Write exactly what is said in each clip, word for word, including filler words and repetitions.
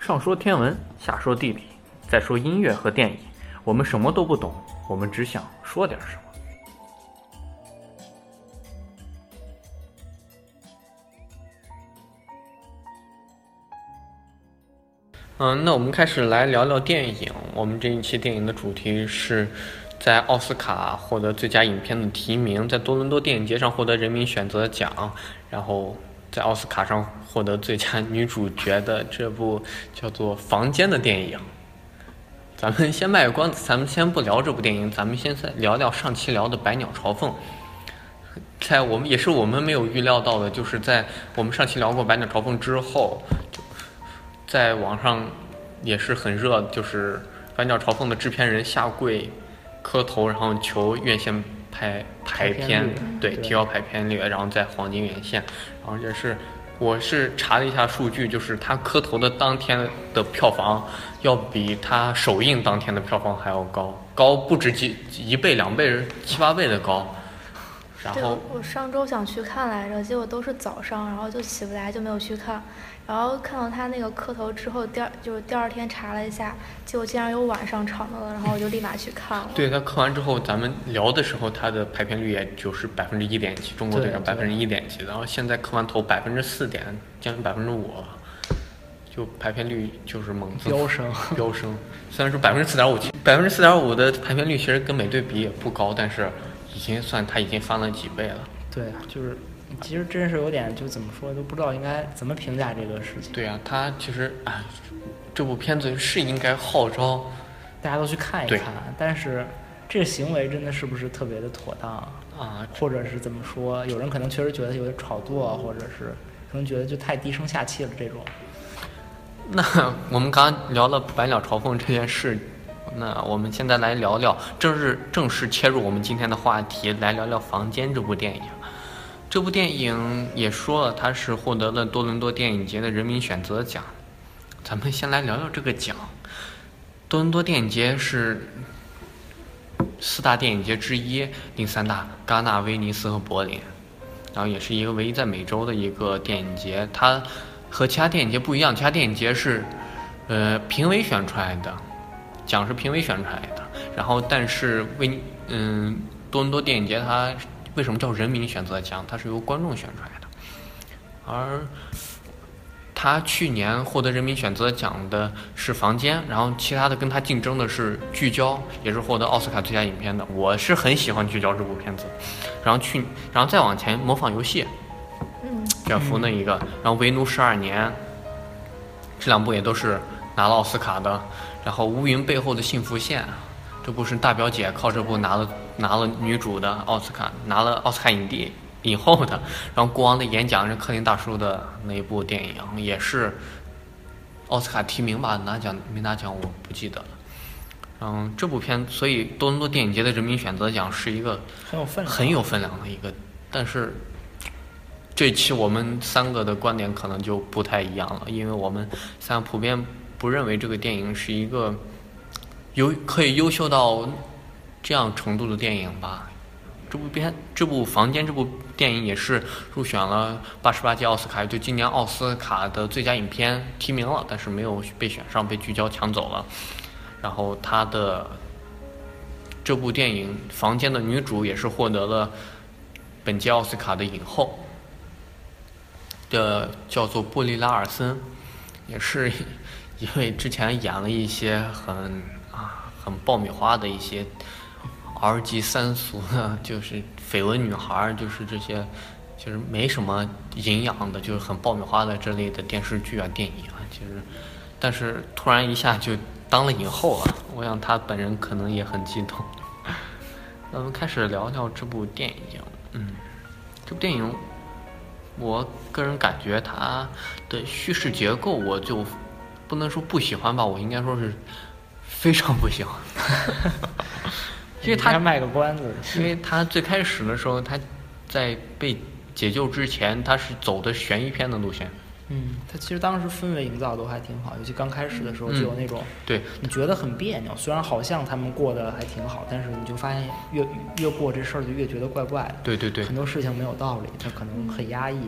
上说天文，下说地理，再说音乐和电影，我们什么都不懂，我们只想说点什么。嗯，那我们开始来聊聊电影。我们这一期电影的主题是在奥斯卡获得最佳影片的提名，在多伦多电影节上获得人民选择奖，然后在奥斯卡上获得最佳女主角的这部叫做《房间》的电影。咱们先卖个关子，咱们先不聊这部电影，咱们先聊聊上期聊的《百鸟朝凤》。在我们也是我们没有预料到的，就是在我们上期聊过《百鸟朝凤》之后，在网上也是很热，就是《百鸟朝凤》的制片人下跪磕头，然后求院线拍排片，对，提高排片率，然后在黄金院线，然后也是我是查了一下数据，就是他磕头的当天的票房要比他首映当天的票房还要高，高不止几一倍、两倍、七八倍的高。然后我上周想去看来着，结果都是早上，然后就起不来，就没有去看。然后看到他那个磕头之后，第二就是第二天查了一下，结果竟然有晚上场的了，然后我就立马去看了。 对，他磕完之后，咱们聊的时候，他的排片率也就是百分之一点几，中国队长百分之一点几，然后现在磕完头百分之四点，将近百分之五了，就排片率就是猛增飙升， 飙升。虽然说百分之四点五，百分之四点五的排片率其实跟美队比也不高，但是已经算他已经翻了几倍了。 对，就是其实真是有点就怎么说都不知道应该怎么评价这个事情。 对啊，他其实哎，这部片子是应该号召大家都去看一看，但是这个行为真的是不是特别的妥当啊？ 或者是怎么说？有人可能确实觉得有点炒作，或者是可能觉得就太低声下气了这种。 那我们刚刚聊了百鸟朝凤这件事。那我们现在来聊聊，正式正式切入我们今天的话题，来聊聊《房间》这部电影。这部电影也说了，它是获得了多伦多电影节的人民选择奖。咱们先来聊聊这个奖。多伦多电影节是四大电影节之一，另三大戛纳、威尼斯和柏林，然后也是一个唯一在美洲的一个电影节。它和其他电影节不一样，其他电影节是呃评委选出来的。奖是评委选出来的，然后但是为嗯多伦多电影节它为什么叫人民选择奖？它是由观众选出来的，而他去年获得人民选择奖的是《房间》，然后其他的跟他竞争的是《聚焦》，也是获得奥斯卡最佳影片的。我是很喜欢《聚焦》这部片子，然后去然后再往前，《模仿游戏》， 嗯， 卷福那一个，然后《为奴十二年》，这两部也都是拿了奥斯卡的。然后《乌云背后的幸福线》，这部是大表姐靠这部拿了拿了女主的奥斯卡，拿了奥斯卡影帝影后的。然后《国王的演讲》是柯林大叔的那一部电影，也是奥斯卡提名吧，拿奖没拿奖我不记得了。嗯，这部片，所以多伦多电影节的人民选择奖是一个很有分量、 很有分量的一个，但是这期我们三个的观点可能就不太一样了，因为我们三个普遍不认为这个电影是一个优可以优秀到这样程度的电影吧。这部片这部《房间》这部电影也是入选了八十八届奥斯卡，就今年奥斯卡的最佳影片提名了，但是没有被选上，被聚焦抢走了。然后他的这部电影《房间》的女主也是获得了本届奥斯卡的影后，的叫做布丽拉尔森，也是因为之前演了一些很啊很爆米花的一些儿级三俗的，就是绯闻女孩，就是这些就是没什么营养的，就是很爆米花的这类的电视剧啊电影啊，其实但是突然一下就当了影后了，我想她本人可能也很激动。那我们开始聊聊这部电影。嗯，这部电影我个人感觉它的叙事结构我就不能说不喜欢吧，我应该说是非常不喜欢。因为他卖个关子， 因为他最开始的时候，他在被解救之前，他是走的悬疑片的路线。 嗯，他其实当时氛围营造都还挺好，尤其刚开始的时候就有那种， 嗯、对， 你觉得很别扭。虽然好像他们过得还挺好，但是你就发现越越过这事儿就越觉得怪怪的。 对对对， 很多事情没有道理，他可能很压抑。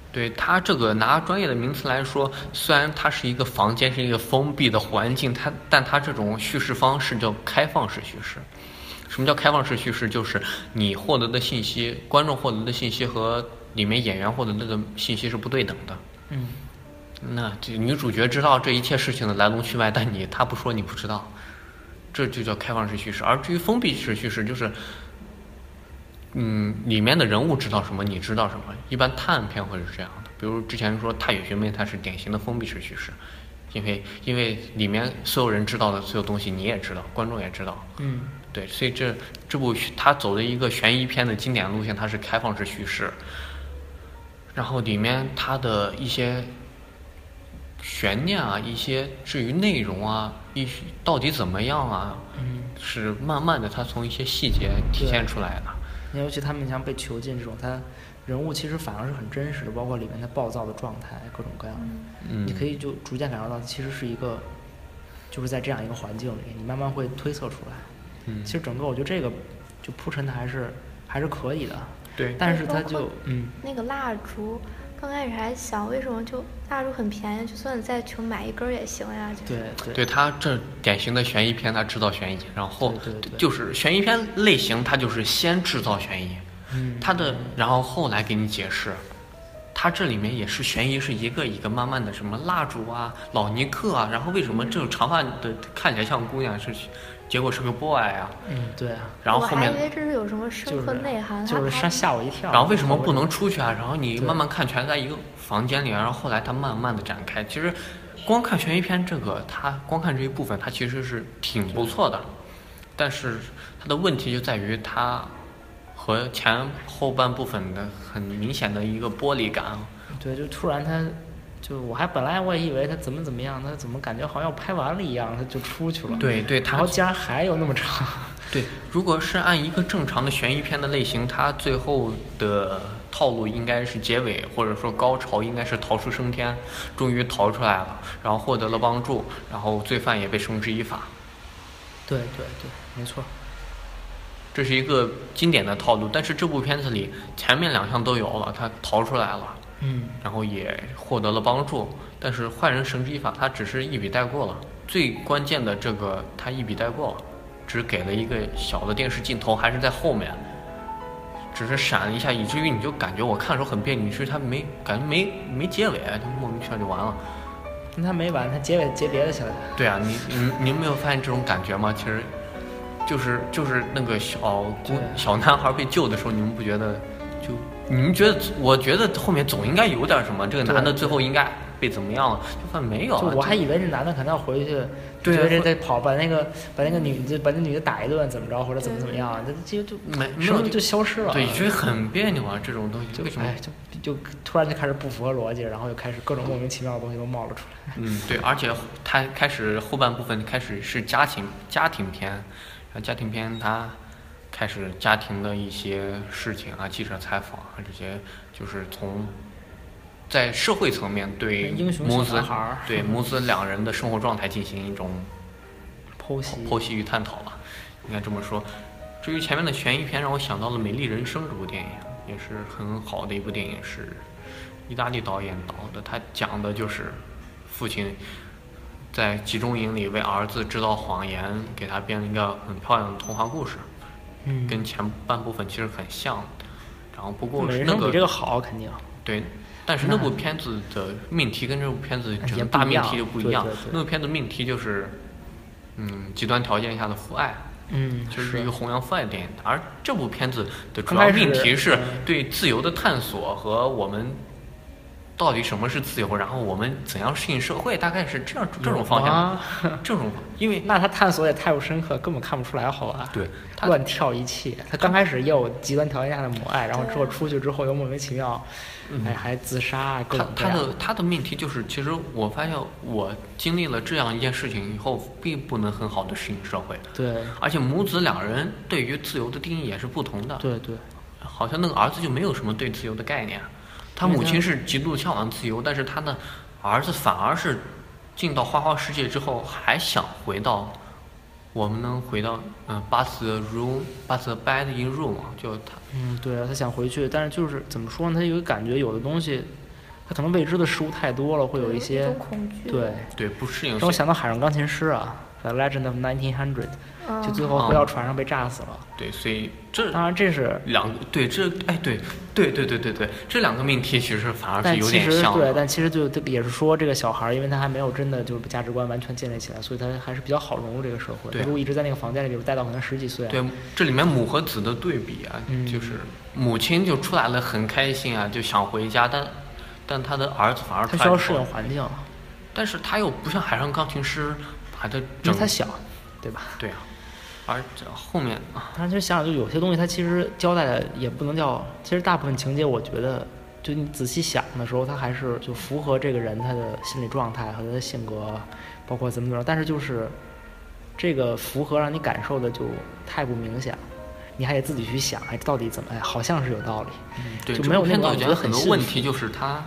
对，它这个拿专业的名词来说，虽然它是一个房间，是一个封闭的环境，它但它这种叙事方式叫开放式叙事。什么叫开放式叙事？就是你获得的信息，观众获得的信息和里面演员获得的信息是不对等的。 嗯， 那这女主角知道这一切事情的来龙去脉，但你她不说你不知道，这就叫开放式叙事。而至于封闭式叙事，就是嗯，里面的人物知道什么，你知道什么。一般探案片会是这样的，比如之前说《踏雪寻梅》，它是典型的封闭式叙事，因为因为里面所有人知道的所有东西你也知道，观众也知道。 嗯， 对，所以这这部它走的一个悬疑片的经典路线，它是开放式叙事。然后里面它的一些悬念啊，一些至于内容啊，一些到底怎么样啊， 嗯， 是慢慢的它从一些细节体现出来的。 尤其他们像被囚禁这种，他人物其实反而是很真实的，包括里面他暴躁的状态，各种各样的， 嗯， 你可以就逐渐感受到，其实是一个，就是在这样一个环境里，你慢慢会推测出来。 嗯， 其实整个我觉得这个就铺陈的还是还是可以的。 对， 但是他就嗯， 那个蜡烛，刚开始还想为什么就蜡烛很便宜，就算你再穷买一根也行呀。就对对， 对他这典型的悬疑片，他制造悬疑，然后对对对就是悬疑片类型，他就是先制造悬疑， 嗯， 他的然后后来给你解释。它这里面也是悬疑，是一个一个慢慢的什么蜡烛啊、老尼克啊，然后为什么这种长发的看起来像姑娘是，结果是个 boy 啊？ 嗯，对啊。 然后后面我还以为这是有什么深刻内涵， 就是吓吓我一跳。 然后为什么不能出去啊？然后你慢慢看，全在一个房间里，然后后来它慢慢的展开。其实，光看悬疑片这个，它光看这一部分，它其实是挺不错的，但是它的问题就在于它。和前后半部分的很明显的一个剥离感。 对，就突然他，就我还本来我也以为他怎么怎么样，他怎么感觉好像要拍完了一样，他就出去了。 对对， 然后竟然还有那么长。 对，如果是按一个正常的悬疑片的类型，它最后的套路应该是结尾或者说高潮应该是逃出升天，终于逃出来了，然后获得了帮助，然后罪犯也被绳之以法。 对对对，没错。 这是一个经典的套路，但是这部片子里前面两项都有了，他逃出来了， 嗯， 然后也获得了帮助，但是坏人绳之以法，他只是一笔带过了，最关键的这个他一笔带过了，只给了一个小的电视镜头，还是在后面，只是闪了一下，以至于你就感觉我看的时候很别扭，以至于他没感觉没没结尾，就莫名其妙就完了。 但他没完，他结尾结别的去了。 对啊，你你你没有发现这种感觉吗？其实。就是就是那个小姑小男孩被救的时候，你们不觉得就你们觉得？我觉得后面总应该有点什么，这个男的最后应该被怎么样了？就发现没有、啊。 就我还以为这男的可能要回去， 对、啊， 觉得这跑把那个把那个女就把那女的打一顿怎么着，或者怎么怎么样，这这就没什么就消失了。 对，觉得很别扭啊，这种东西就为什么？ 哎，就就突然就开始不符合逻辑，然后又开始各种莫名其妙的东西都冒了出来。 嗯，对，而且他开始后半部分开始是家庭家庭片。家庭片，它开始家庭的一些事情啊，记者采访啊，这些就是从在社会层面对母子对母子两人的生活状态进行一种剖析剖析与探讨吧，应该这么说。至于前面的悬疑片，让我想到了《美丽人生》这部电影，也是很好的一部电影，是意大利导演导的，他讲的就是父亲。在集中营里为儿子制造谎言，给他编了一个很漂亮的童话故事， 嗯， 跟前半部分其实很像。然后不过是那个比这个好肯定。 对，但是那部片子的命题跟这部片子整个大命题就不一样。 对对对， 那部片子命题就是，嗯，极端条件下的父爱， 嗯， 就是一个弘扬父爱的电影。而这部片子的主要命题是对自由的探索和我们。到底什么是自由？然后我们怎样适应社会？大概是这样这种方向，这种因为那他探索也太不深刻，根本看不出来，好吧？ 对， 乱跳一气。他刚开始也有极端条件下的母爱，然后之后出去之后又莫名其妙， 嗯、 哎，还自杀，各他种他的他的命题就是，其实我发现我经历了这样一件事情以后，并不能很好的适应社会。 对， 而且母子两人对于自由的定义也是不同的。 对对， 好像那个儿子就没有什么对自由的概念。他母亲是极度向往自由，但是他的儿子反而是进到花花世界之后，还想回到我们能回到嗯 ，but the room, but the bed in room， 就他嗯，对啊，他想回去，但是就是怎么说呢？他有个感觉，有的东西他可能未知的事物太多了，会有一些一种恐惧。 对对不适应。 让我想到海上钢琴师啊，《The Legend of nineteen hundred》， 嗯， 就最后回到船上被炸死了。 对，所以这当然这是两个对这哎对对对对对对，这两个命题其实反而是但其有点像的。 实对，但其实就也是说这个小孩，因为他还没有真的就是价值观完全建立起来，所以他还是比较好融入这个社会。 对他如果一直在那个房间里，比如待到可能十几岁、啊， 对，这里面母和子的对比啊， 嗯就是母亲就出来了很开心啊，就想回家，但但他的儿子反而他需要适应环境， 但是他又不像海上钢琴师把他因整为他小，对吧？ 对啊，而这后面啊， 但是就想想，就有些东西它其实交代的也不能叫，其实大部分情节我觉得，就你仔细想的时候，它还是就符合这个人他的心理状态和他的性格，包括怎么怎么样，但是就是这个符合让你感受的就太不明显了。你还得自己去想，哎，到底怎么？哎，好像是有道理， 嗯、对， 就没有那种我觉得很多问幸福题就是他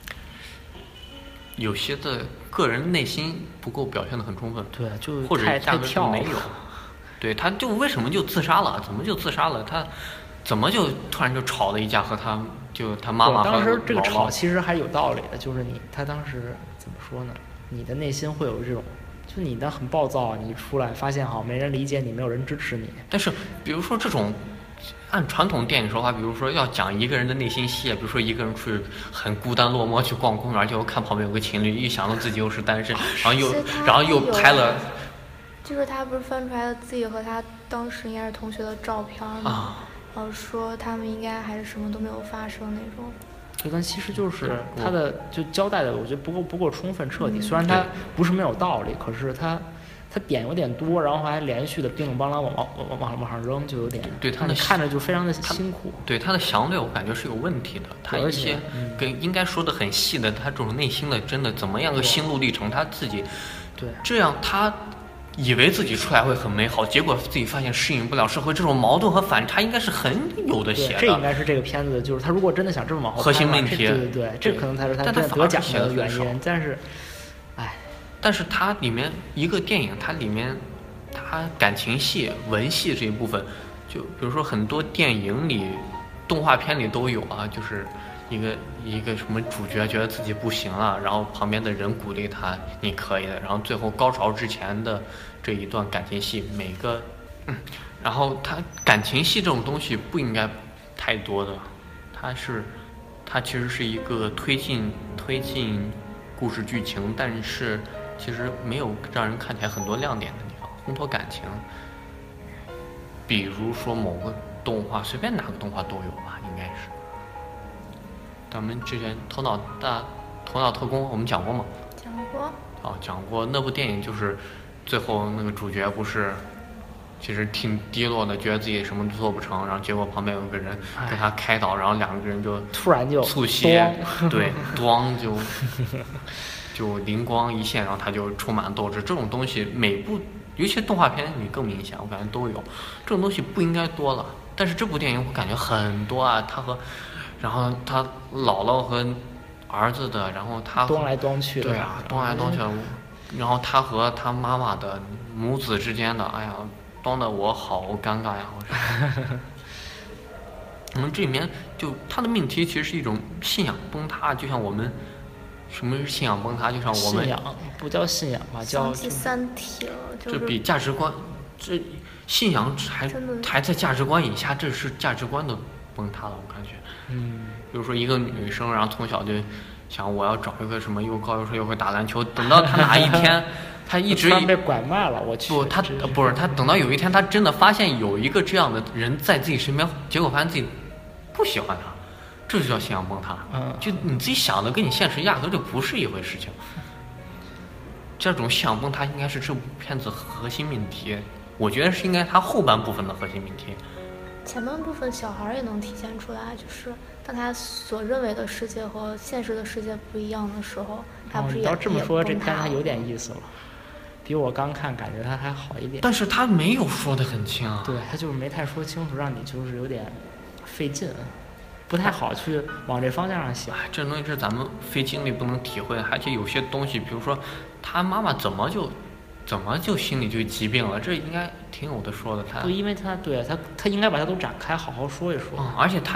有些的个人内心不够表现的很充分， 对，就或者太压根就太跳了没有。对，他就为什么就自杀了？怎么就自杀了？他怎么就突然就吵了一架，和他就他妈妈和当时这个姥姥吵其实还是有道理的，就是你他当时怎么说呢？你的内心会有这种，就你的很暴躁，你出来发现好没人理解你，没有人支持你。 但是比如说这种。按传统电影说法，比如说要讲一个人的内心戏，比如说一个人出去很孤单落寞去逛公园，就看旁边有个情侣，一想到自己又是单身，然后又然后又拍了， 就是他不是翻出来了自己和他当时应该是同学的照片吗？ 啊， 然后说他们应该还是什么都没有发生那种。 对，但其实就是他的就交代的，我觉得不够不够充分彻底。虽然对他不是没有道理，可是他。他点有点多，然后还连续的叮铃邦啷往往往往往上扔，就有点对他的看着就非常的辛苦。 对他的详略，我感觉是有问题的。他一些跟应该说的很细的，他这种内心的真的怎么样个心路历程，他自己对这样他以为自己出来会很美好，结果自己发现适应不了社会，这种矛盾和反差应该是很有的写的。 这应该是这个片子的，就是他如果真的想这么往后核心问题， 对对对，这可能才是他真的得奖的原因。但是，哎。 但是它里面一个电影，它里面它感情戏、文戏这一部分，就比如说很多电影里、动画片里都有啊，就是一个一个什么主角觉得自己不行了，然后旁边的人鼓励他，你可以的，然后最后高潮之前的这一段感情戏，每个，嗯，然后它感情戏这种东西不应该太多的，它是它其实是一个推进推进故事剧情，但是。其实没有让人看起来很多亮点的地方，烘托感情。比如说某个动画，随便哪个动画都有吧，应该是。咱们之前《头脑大头脑特工》我们讲过吗？ 讲过。 哦，讲过。那部电影就是最后那个主角不是，其实挺低落的，觉得自己什么都做不成，然后结果旁边有个人跟他开导，然后两个人就突然就促膝，对，咣就。就灵光一现，然后他就充满斗志。这种东西每部，尤其动画片你更明显，我感觉都有。这种东西不应该多了，但是这部电影我感觉很多啊。他和，然后他姥姥和儿子的，然后他端来端去的， 对啊，端来端去的。然后他和他妈妈的母子之间的，哎呀，端的我好尴尬呀！我说，嗯，这里面就他的命题其实是一种信仰崩塌，就像我们。什么是信仰崩塌？就像我们信仰不叫信仰吧，叫第三体了。就是、 这比价值观，这信仰还还在价值观以下，这是价值观的崩塌了。我感觉， 嗯， 比如说一个女生，然后从小就想我要找一个什么又高又帅又会打篮球，等到她哪一天，她一直被拐卖了。我去， 不，她不是她，等到有一天她真的发现有一个这样的人在自己身边，结果发现自己不喜欢他。这就叫信仰崩塌， 嗯， 就你自己想的跟你现实压根就不是一回事情。这种信仰崩塌应该是这部片子核心命题，我觉得是应该它后半部分的核心命题。 前半部分小孩也能体现出来，就是当他所认为的世界和现实的世界不一样的时候，他不是也、 哦、你要这么说，这片它有点意思了。比我刚看感觉它还好一点， 但是他没有说得很清啊。 对，他就是没太说清楚，让你就是有点费劲。不太好去往这方向上想， 这东西是咱们非经历不能体会，而且有些东西，比如说他妈妈怎么就怎么就心里就疾病了，这应该挺有的说的。他不，因为他对他他应该把它都展开，好好说一说。 嗯，而且他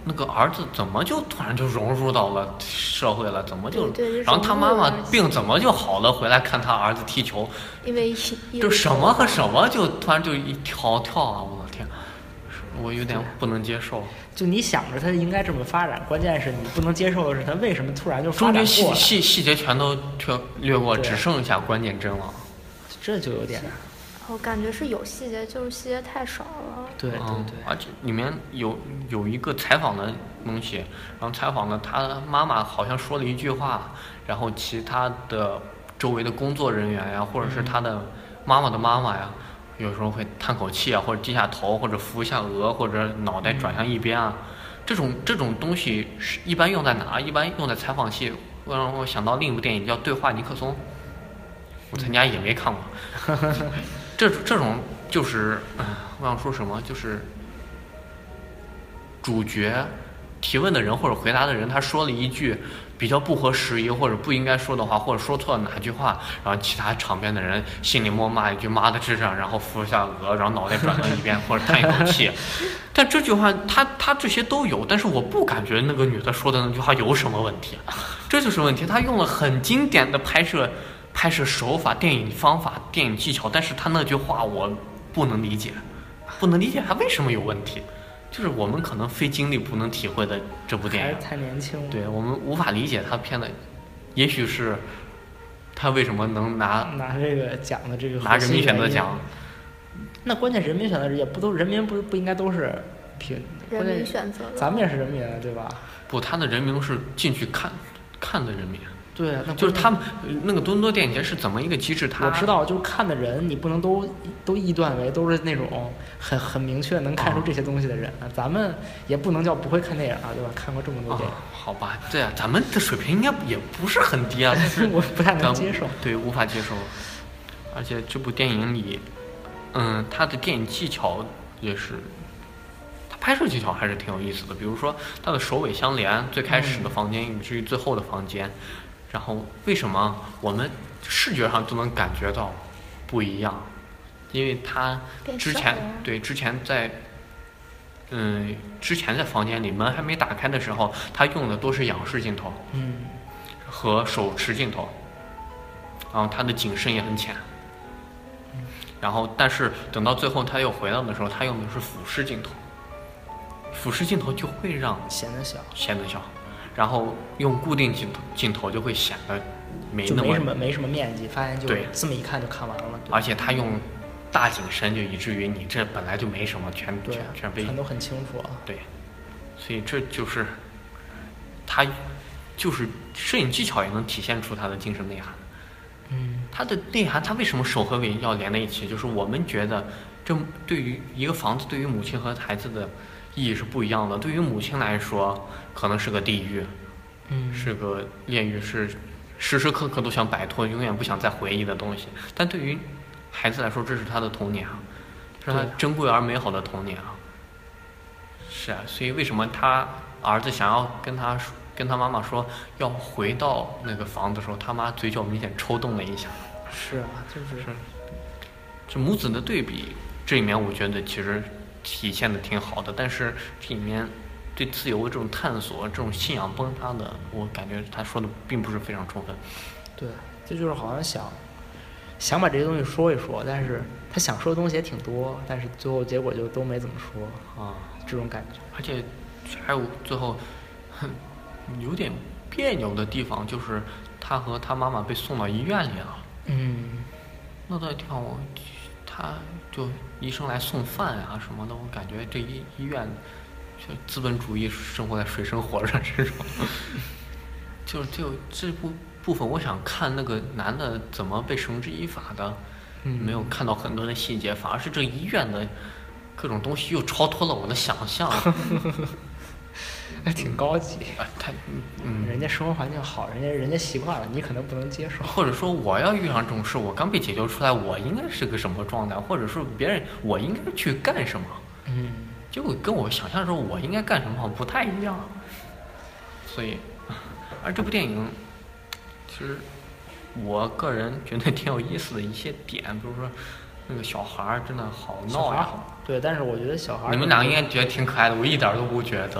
那个儿子怎么就突然就融入到了社会了？怎么就？ 对对， 然后他妈妈病怎么就好了？回来看他儿子踢球， 因为就什么和什么就突然就一跳跳啊！我的天，我有点不能接受。 就你想着他应该这么发展，关键是你不能接受的是他为什么突然就发展过来？ 中间细细细节全都略略过，只剩下关键帧了。 这就有点。 我感觉是有细节，就是细节太少了。 对对对、嗯， 而且里面有有一个采访的东西，然后采访的他妈妈好像说了一句话，然后其他的周围的工作人员呀，或者是他的妈妈的妈妈呀，有时候会叹口气啊，或者低下头，或者扶一下额，或者脑袋转向一边啊。这种这种东西是一般用在哪？一般用在采访戏，让我想到另一部电影叫《对话尼克松》，我参加也没看过。这这种就是，我想说什么，就是主角提问的人或者回答的人，他说了一句比较不合时宜或者不应该说的话，或者说错了哪句话，然后其他场边的人心里默骂一句妈的智障，然后扶一下额，然后脑袋转到一边或者叹一口气。但这句话他他这些都有，但是我不感觉那个女的说的那句话有什么问题，这就是问题。他用了很经典的拍摄拍摄手法、电影方法、电影技巧，但是他那句话我不能理解，不能理解他为什么有问题。就是我们可能非经历不能体会的这部电影， 还是太年轻了， 对我们无法理解他片的，也许是他为什么能拿拿这个奖的这个拿人民选择奖。 那关键人民选择也不都人民不不应该都是凭人民选择， 咱们也是人民对吧？ 不，他的人民是进去看看的人民。 对，那就是他们那个多伦多电影节是怎么一个机制？他我知道，就是看的人你不能都都臆断为都是那种很很明确能看出这些东西的人，哦、咱们也不能叫不会看电影啊，对吧？看过这么多电影， 哦、好吧，对啊，咱们的水平应该也不是很低啊， 我不太能接受， 对，无法接受。而且这部电影里，嗯，他的电影技巧也是。拍摄技巧还是挺有意思的，比如说它的首尾相连，最开始的房间以至于最后的房间，然后为什么我们视觉上就能感觉到不一样？因为它之前对之前在嗯之前在房间里门还没打开的时候，它用的都是仰视镜头， 嗯， 和手持镜头，然后它的景深也很浅，然后但是等到最后它又回到的时候，它用的是俯视镜头。俯视镜头就会让显得小， 显得小，然后用固定镜头镜头就会显得没那么就没什么没什么面积，发现就对这么一看就看完了。 而且他用大景深，就以至于你这本来就没什么，全全全被全都很清楚啊。 对，所以这就是他就是摄影技巧也能体现出他的精神内涵。 嗯， 他的内涵，他为什么首和尾要连在一起？就是我们觉得，这对于一个房子，对于母亲和孩子的意义是不一样的。对于母亲来说，可能是个地狱， 嗯， 是个炼狱，是时时刻刻都想摆脱、永远不想再回忆的东西。但对于孩子来说，这是他的童年啊，是他珍贵而美好的童年啊。是啊，所以为什么他儿子想要跟他说、跟他妈妈说要回到那个房子的时候，他妈嘴角明显抽动了一下。 是啊，就是是，这母子的对比，这里面我觉得其实体现的挺好的，但是这里面对自由的这种探索、这种信仰崩塌的，我感觉他说的并不是非常充分。 对，这就是好像想想把这些东西说一说，但是他想说的东西也挺多，但是最后结果就都没怎么说啊， 这种感觉。 而且还有最后很有点别扭的地方，就是他和他妈妈被送到医院里了。 嗯， 那个地方我他就医生来送饭啊什么的，我感觉这医医院就资本主义生活在水深火热之中。就就这部部分，我想看那个男的怎么被绳之以法的， 嗯， 没有看到很多的细节，反而是这医院的各种东西又超脱了我的想象。 还挺高级啊，他嗯， 人家生活环境好，人家人家习惯了，你可能不能接受。 或者说，我要遇上这种事，我刚被解救出来，我应该是个什么状态？或者说，别人我应该去干什么？ 嗯， 结果跟我想象的时候我应该干什么不太一样。所以，而这部电影，其实我个人觉得挺有意思的一些点，比如说那个小孩真的好闹呀。 对，但是我觉得小孩， 你们俩应该觉得挺可爱的，我一点都不觉得。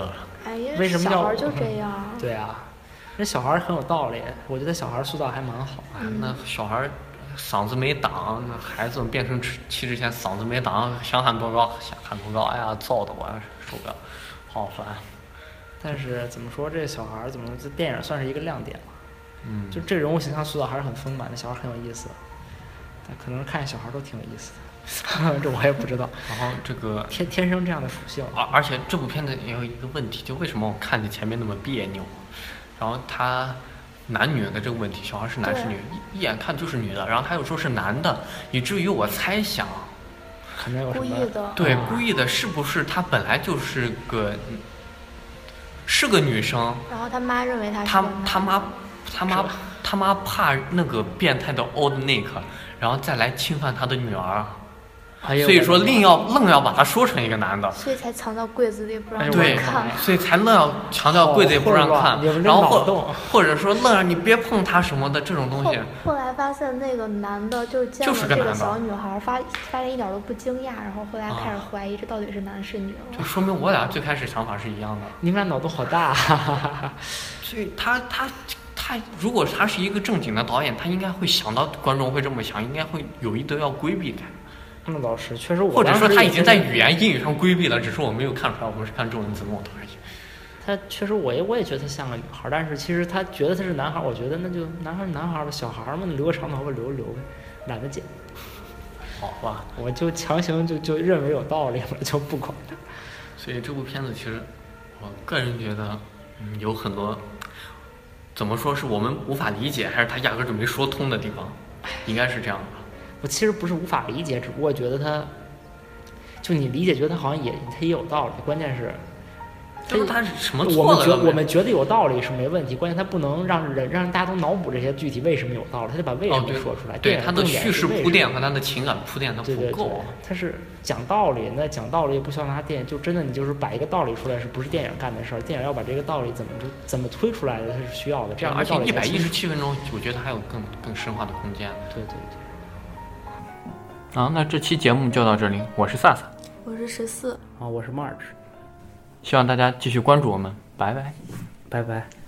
哎呀， 为什么要小孩就这样？ 对啊，那小孩很有道理，我觉得小孩塑造还蛮好。 嗯、 那小孩嗓子没挡，那孩子们变成气之前嗓子没挡，想喊多高想喊多高，哎呀，燥的我受不了，好烦。 但是怎么说，这小孩怎么这电影算是一个亮点嘛？ 嗯， 就这人物形象塑造还是很丰满的，小孩很有意思。但可能看小孩都挺有意思的，这我也不知道。 然后这个天天生这样的属性， 而而且这部片子也有一个问题，就为什么我看着前面那么别扭？然后他男女的这个问题，小孩是男是女，一一眼看就是女的，然后他又说是男的，以至于我猜想， 可能有什么故意的， 对， 啊故意的，是不是他本来就是个是个女生？ 然后他妈认为他是他个男的他妈他妈他妈怕那个变态的 Old Nick，然后再来侵犯他的女儿， 哎呦所以说另要愣要把他说成一个男的， 所以才藏到柜子里不让哎呦别对人看。 所以才愣要强调柜子也不让看好混乱你们，这然后脑洞或或者说愣让你别碰他什么的这种东后西， 后来发现那个男的就见就是个男的了这个小女孩，发发现一点都不惊讶，然后后来开始怀疑这到底是男是女了。 就说明我俩最开始想法是一样的。 你们俩脑洞好大，哈哈哈哈。 所以他他他，如果他是一个正经的导演，他应该会想到观众会这么想，应该会有意的要规避开。 那倒是，确实我或者说他已经在语言， 言英语上规避了，只是我没有看出来，我们是看中文字幕的而已。 他确实我也我也觉得他像个女孩，但是其实他觉得他是男孩，我觉得那就男孩是男孩吧，小孩嘛，你留个长头发留留呗，懒得剪。 好吧， 我就强行就就认为有道理了，就不管他。 所以这部片子其实，我个人觉得，嗯，有很多怎么说是我们无法理解，还是他压根儿就没说通的地方，应该是这样的。 我其实不是无法理解，只不过觉得他，就你理解，觉得他好像也他也有道理，关键是。 就是他是什么我错了？ 们觉我们觉得有道理是没问题，关键他不能让人让大家都脑补这些具体为什么有道理，他得把为什么说出来。 哦、对, 对他的叙事铺垫和他的情感铺垫他不够。 对对对，他是讲道理，那讲道理不需要拿电影，就真的你就是把一个道理出来，是不是电影干的事儿？电影要把这个道理怎么就怎么推出来的，它是需要的。这样而且一百一十七分钟，我觉得还有更更深化的空间。 对对对。 啊，那这期节目就到这里，我是萨萨， 我是十四， 啊，我是 March。 希望大家继续关注我们，拜拜， 拜拜。